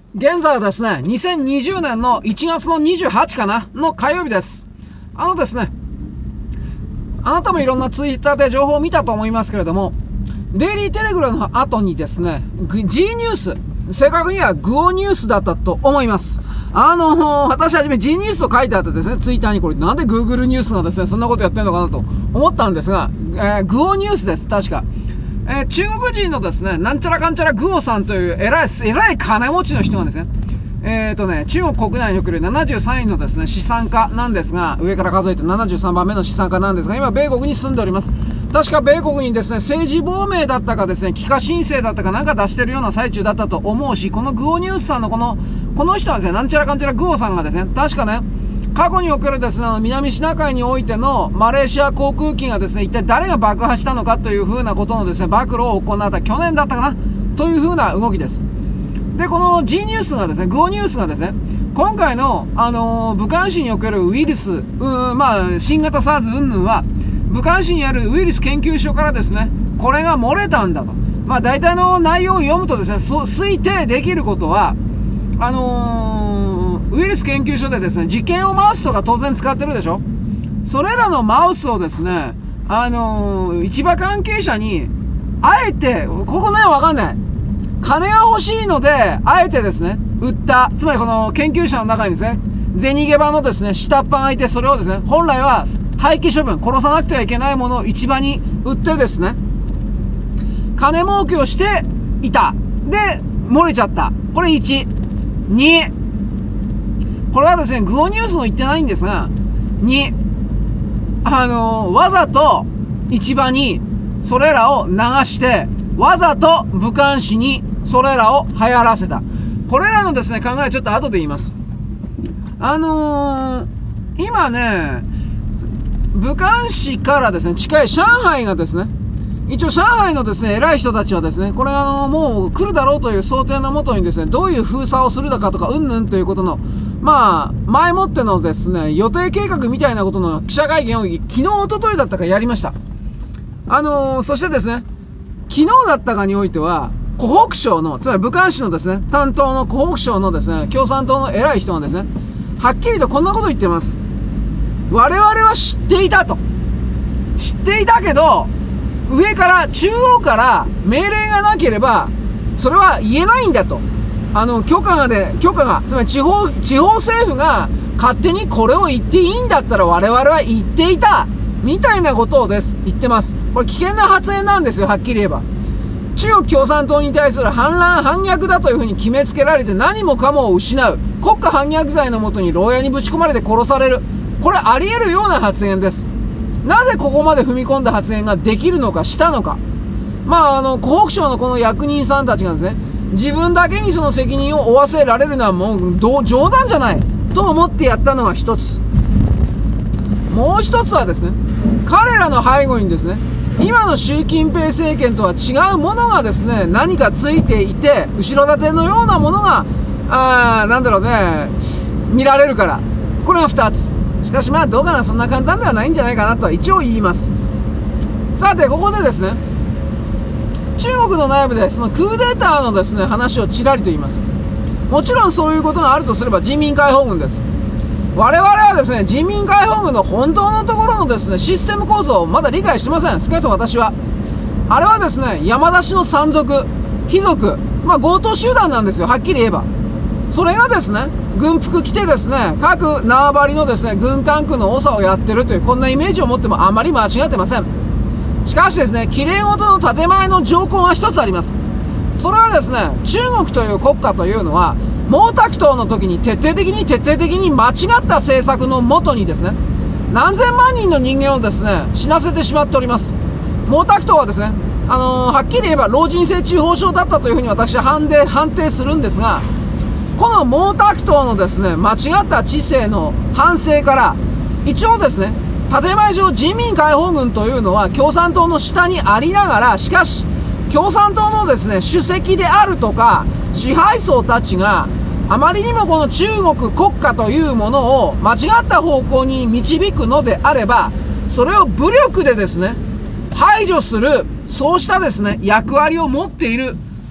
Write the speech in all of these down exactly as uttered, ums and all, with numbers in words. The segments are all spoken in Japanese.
現在はですね、にせんにじゅうねんのいちがつのにじゅうはちかなの火曜日です。あのですね、あなたもいろんなツイッターで情報を見たと思いますけれども、デイリーテレグラムの後にですね、G ニュース、正確にはグオニュースだったと思います。あのー、私はじめ G ニュースと書いてあってですね、ツイッターにこれなんで Google ニュースがですね、そんなことやってんのかなと思ったんですが、えー、グオニュースです、確か。えー、中国人のですね、なんちゃらかんちゃらグオさんという偉い、偉い金持ちの人がですね、えーとね、中国国内におけるななじゅうさんいのですね、資産家なんですが、上から数えてななじゅうさんばんめの資産家なんですが、今、米国に住んでおります。確か米国にですね、政治亡命だったかですね、帰化申請だったかなんか出してるような最中だったと思うし、このグオニュースさんのこの、この人はですね、なんちゃらかんちゃらグオさんがですね、確かね、過去におけるですね、南シナ海においてのマレーシア航空機がですね、一体誰が爆破したのかというふうなことのですね、暴露を行った去年だったかなというふうな動きです。で、この G ニュースがですね、グオニュースがですね、今回の、あのー、武漢市におけるウイルス、うーまあ、新型 SARS 云々は、武漢市にあるウイルス研究所からですね、これが漏れたんだと。まあ、大体の内容を読むとですね、そう推定できることは、あのー、ウイルス研究所でですね、実験用マウスとか当然使ってるでしょ。それらのマウスをですね、あのー、市場関係者に、あえて、ここね、わかんない。金が欲しいので、あえてですね、売った、つまりこの研究者の中にですね、銭ゲバのですね、下っ端がいて、それをですね、本来は廃棄処分、殺さなくてはいけないものを市場に売ってですね、金儲けをしていた。で、漏れちゃった。これいち。に、これはですね、グオニュースも言ってないんですが、に、あのー、わざと市場にそれらを流して、わざと武漢市にそれらを流行らせた。これらのですね、考えちょっと後で言います。あのー、今ね、武漢市からですね、近い上海がですね、一応上海のですね、偉い人たちはですね、これあの、もう来るだろうという想定のもとにですね、どういう封鎖をするのかとか、うんぬんということの、まあ、前もってのですね、予定計画みたいなことの記者会見を昨日、一昨日だったかやりました。あのー、そしてですね、昨日だったかにおいては、湖北省の、つまり武漢市のですね、担当の湖北省のですね、共産党の偉い人がですね、はっきりとこんなこと言ってます。我々は知っていたと。知っていたけど、上から、中央から命令がなければ、それは言えないんだと。あの、許可がで、許可が、つまり地方、地方政府が勝手にこれを言っていいんだったら我々は言っていた。みたいなことをです。言ってます。これ危険な発言なんですよ、はっきり言えば。中国共産党に対する反乱反逆だというふうに決めつけられて何もかもを失う。国家反逆罪のもとに牢屋にぶち込まれて殺される。これあり得るような発言です。なぜここまで踏み込んだ発言ができるのかしたのか。まあ、あの、湖北省のこの役人さんたちがですね、自分だけにその責任を負わせられるのはもう冗談じゃないと思ってやったのが一つ。もう一つはですね、彼らの背後にですね、今の習近平政権とは違うものがですね、何かついていて、後ろ盾のようなものが、あー、なんだろうね、見られるから。これが二つ。しかしまあどうかな、そんな簡単ではないんじゃないかなとは一応言います。さて、ここでですね、中国の内部でそのクーデターのですね、話をちらりと言います。もちろんそういうことがあるとすれば人民解放軍です。我々はですね、人民解放軍の本当のところのですね、システム構造をまだ理解してません。少なくとも私は。あれはですね、山田氏の山賊、卑族、まあ強盗集団なんですよ、はっきり言えば。それがですね、軍服着てですね、各縄張りのですね、軍管区の長をやってるという、こんなイメージを持ってもあまり間違ってません。しかしですね、綺麗事の建前の条項が一つあります。それはですね、中国という国家というのは、毛沢東の時に徹底的に徹底的に間違った政策のもとにですね、何千万人の人間をですね、死なせてしまっております。毛沢東はですね、あのー、はっきり言えば老人性中放症だったというふうに私は判定、判定するんですが、この毛沢東のですね、間違った知性の反省から、一応ですね、建前上人民解放軍というのは共産党の下にありながら、しかし、共産党のですね、主席であるとか、支配層たちが、あまりにもこの中国国家というものを間違った方向に導くのであれば、それを武力でですね、排除する、そうしたですね、役割を持っている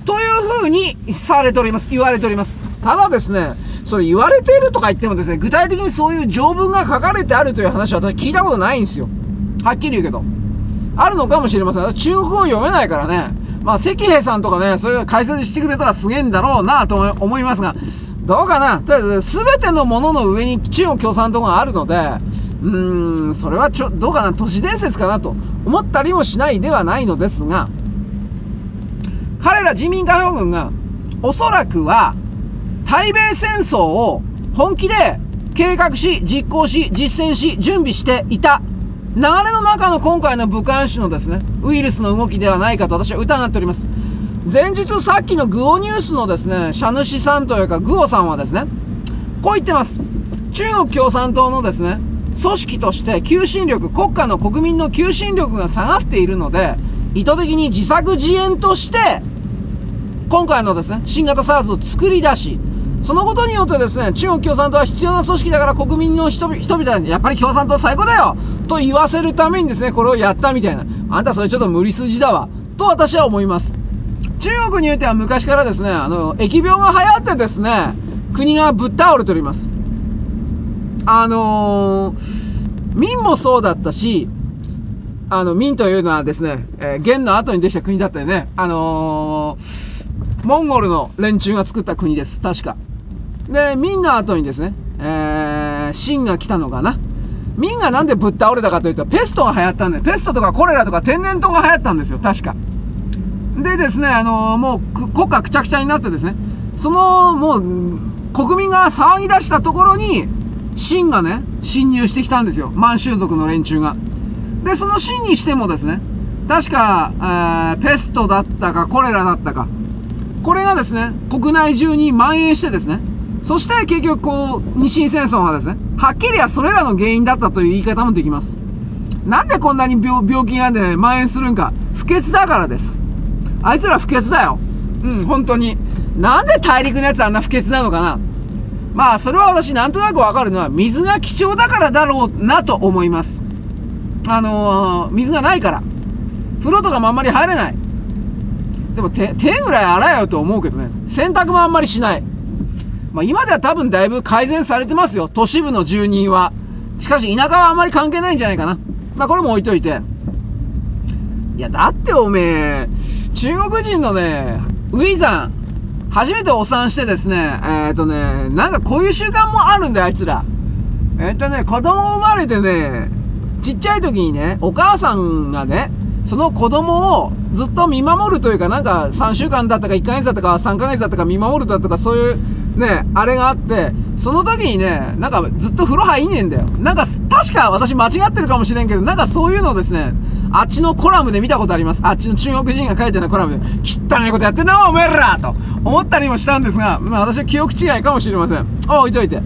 というふうにされております。言われております。ただですね、それ言われているとか言ってもですね、具体的にそういう条文が書かれてあるという話は私聞いたことないんですよ。はっきり言うけど。あるのかもしれません。私中国語を読めないからね。まあ、石兵さんとかね、そういう解説してくれたらすげえんだろうなと思いますが、どうかな。とりあえず、すべてのものの上に中国共産党があるので、うーん、それはちょ、どうかな、都市伝説かなと思ったりもしないではないのですが、彼ら人民解放軍が、おそらくは、対米戦争を本気で計画し、実行し、実践し、準備していた流れの中の今回の武漢市のですね、ウイルスの動きではないかと私は疑っております。前日さっきのグオニュースのですね、社主さんというかグオさんはですね、こう言ってます。中国共産党のですね、組織として求心力、国家の国民の求心力が下がっているので、意図的に自作自演として、今回のですね、新型 SARS を作り出し、そのことによってですね、中国共産党は必要な組織だから国民の人々にやっぱり共産党最高だよと言わせるためにですね、これをやったみたいな。あんたそれちょっと無理筋だわ。と私は思います。中国においては昔からですね、あの、疫病が流行ってですね、国がぶっ倒れております。あのー、民もそうだったし、あの、民というのはですね、えー、元の後にできた国だったよね。あのー、モンゴルの連中が作った国です。確か。で、明の後にですね、えー、秦が来たのかな。明がなんでぶっ倒れたかというと、ペストが流行ったんで、ペストとかコレラとか天然痘が流行ったんですよ、確か。でですね、あのー、もう国家くちゃくちゃになってですね、その、もう、国民が騒ぎ出したところに、秦がね、侵入してきたんですよ。満州族の連中が。で、その秦にしてもですね、確か、えー、ペストだったか、コレラだったか、これがですね、国内中に蔓延してですね、そして結局こう、日清戦争がですね、はっきりはそれらの原因だったという言い方もできます。なんでこんなに 病, 病気がね、蔓延するんか。不潔だからです。あいつら不潔だよ。うん、本当に。なんで大陸のやつあんな不潔なのかな。まあ、それは私なんとなくわかるのは、水が貴重だからだろうなと思います。あのー、水がないから。風呂とかもあんまり入れない。でも手、手ぐらい洗えよと思うけどね。洗濯もあんまりしない。まあ今では多分だいぶ改善されてますよ。都市部の住人は。しかし田舎はあんまり関係ないんじゃないかな。まあこれも置いといて。いや、だっておめえ、中国人のね、ウィザン、初めてお産してですね、えっとね、なんかこういう習慣もあるんだよ、あいつら。えっとね、子供生まれてね、ちっちゃい時にね、お母さんがね、その子供をずっと見守るというか、なんかさんしゅうかんだったかいっかげつだったかさんかげつだったか見守るだとかそういうね、あれがあって、その時にね、なんかずっと風呂入んねえんだよ。なんか確か私間違ってるかもしれんけど、なんかそういうのをですね、あっちのコラムで見たことあります。あっちの中国人が書いてたコラムで、汚いことやってんなお前らと思ったりもしたんですが、まあ私は記憶違いかもしれません。あ、置いといて。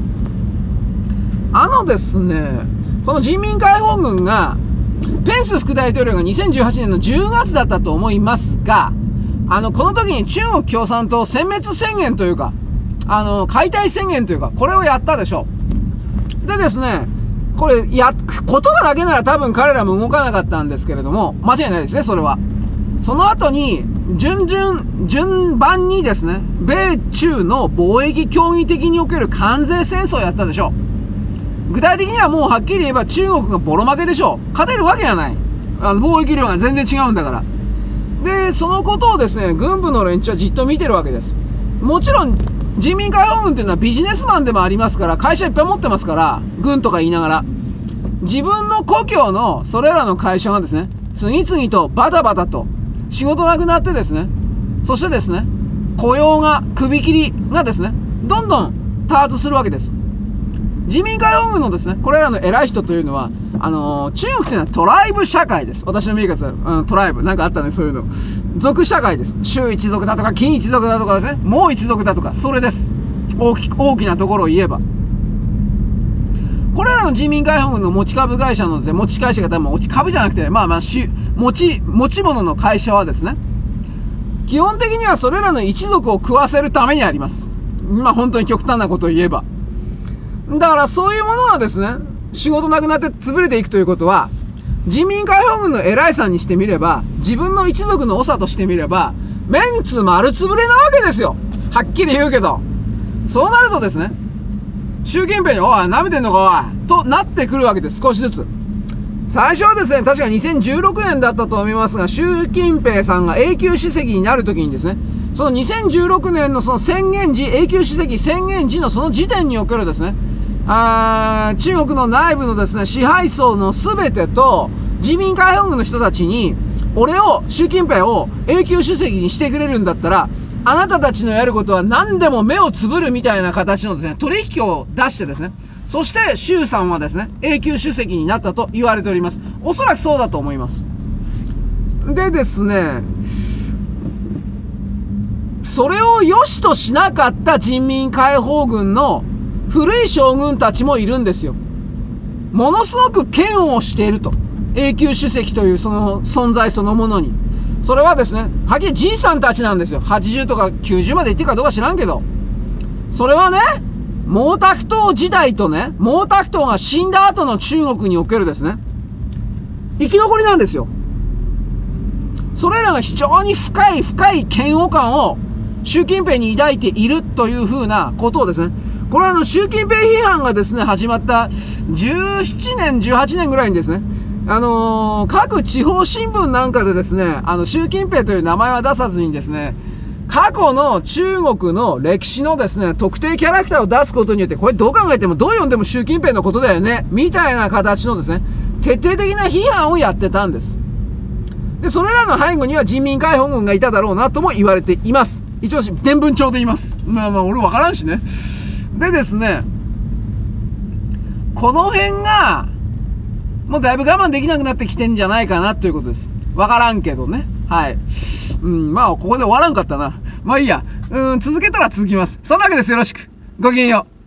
あのですね、この人民解放軍が、ペンス副大統領がにせんじゅうはちねんのじゅうがつだったと思いますが、あの、この時に中国共産党殲滅宣言というか、あの、解体宣言というか、これをやったでしょう。でですね、これ、や、言葉だけなら多分彼らも動かなかったんですけれども、間違いないですね、それは。その後に、順々、順番にですね、米中の貿易協議的における関税戦争をやったでしょう。具体的にはもうはっきり言えば中国がボロ負けでしょう。勝てるわけがない。あの、貿易量が全然違うんだから。で、そのことをですね、軍部の連中はじっと見てるわけです。もちろん、人民解放軍っていうのはビジネスマンでもありますから、会社いっぱい持ってますから、軍とか言いながら。自分の故郷のそれらの会社がですね、次々とバタバタと仕事なくなってですね、そしてですね、雇用が、首切りがですね、どんどん多発するわけです。人民解放軍のですね、これらの偉い人というのは、あのー、中国というのはトライブ社会です。私の見え方、うん、トライブ。なんかあったね、そういうの。族社会です。州一族だとか、金一族だとかですね、もう一族だとか、それです。大き、大きなところを言えば。これらの人民解放軍の持ち株会社のですね、持ち会社が多分持ち株じゃなくて、まあまあ、し、持ち、持ち物の会社はですね、基本的にはそれらの一族を食わせるためにあります。まあ本当に極端なことを言えば。だからそういうものがですね、仕事なくなって潰れていくということは、人民解放軍の偉いさんにしてみれば、自分の一族の長としてみれば、 メンツ丸つぶれなわけですよ。はっきり言うけど。そうなるとですね、習近平に、おい、舐めてんのか、おい、となってくるわけです、少しずつ。最初はですね、確かにせんじゅうろくねんだったと思いますが、習近平さんが永久主席になるときにですね、そのにせんじゅうろくねんのその宣言時、永久主席宣言時のその時点におけるですね、あ中国の内部のですね、支配層のすべてと、人民解放軍の人たちに、俺を、習近平を永久主席にしてくれるんだったら、あなたたちのやることは何でも目をつぶるみたいな形のですね、取引を出してですね、そして習さんはですね、永久主席になったと言われております。おそらくそうだと思います。でですね、それを良しとしなかった人民解放軍の古い将軍たちもいるんですよ。ものすごく嫌悪していると。永久主席というその存在そのものに。それはですね、はっきりじいさんたちなんですよ。はちじゅうとかきゅうじゅうまで行ってるかどうか知らんけど。それはね、毛沢東時代とね、毛沢東が死んだ後の中国におけるですね、生き残りなんですよ。それらが非常に深い深い嫌悪感を習近平に抱いているというふうなことをですね、これはあの習近平批判がですね、始まったじゅうななねん、じゅうはちねんぐらいにですね、あのー、各地方新聞なんかでですね、あの習近平という名前は出さずにですね、過去の中国の歴史のですね、特定キャラクターを出すことによって、これどう考えてもどう読んでも習近平のことだよね、みたいな形のですね、徹底的な批判をやってたんです。で、それらの背後には人民解放軍がいただろうなとも言われています。一応、伝聞帳で言います。まあまあ、俺わからんしね。でですね、この辺が、もうだいぶ我慢できなくなってきてんじゃないかなということです。わからんけどね。はい。うん、まあ、ここで終わらんかったな。まあいいや。うん、続けたら続きます。そんなわけです。よろしく。ごきげんよう。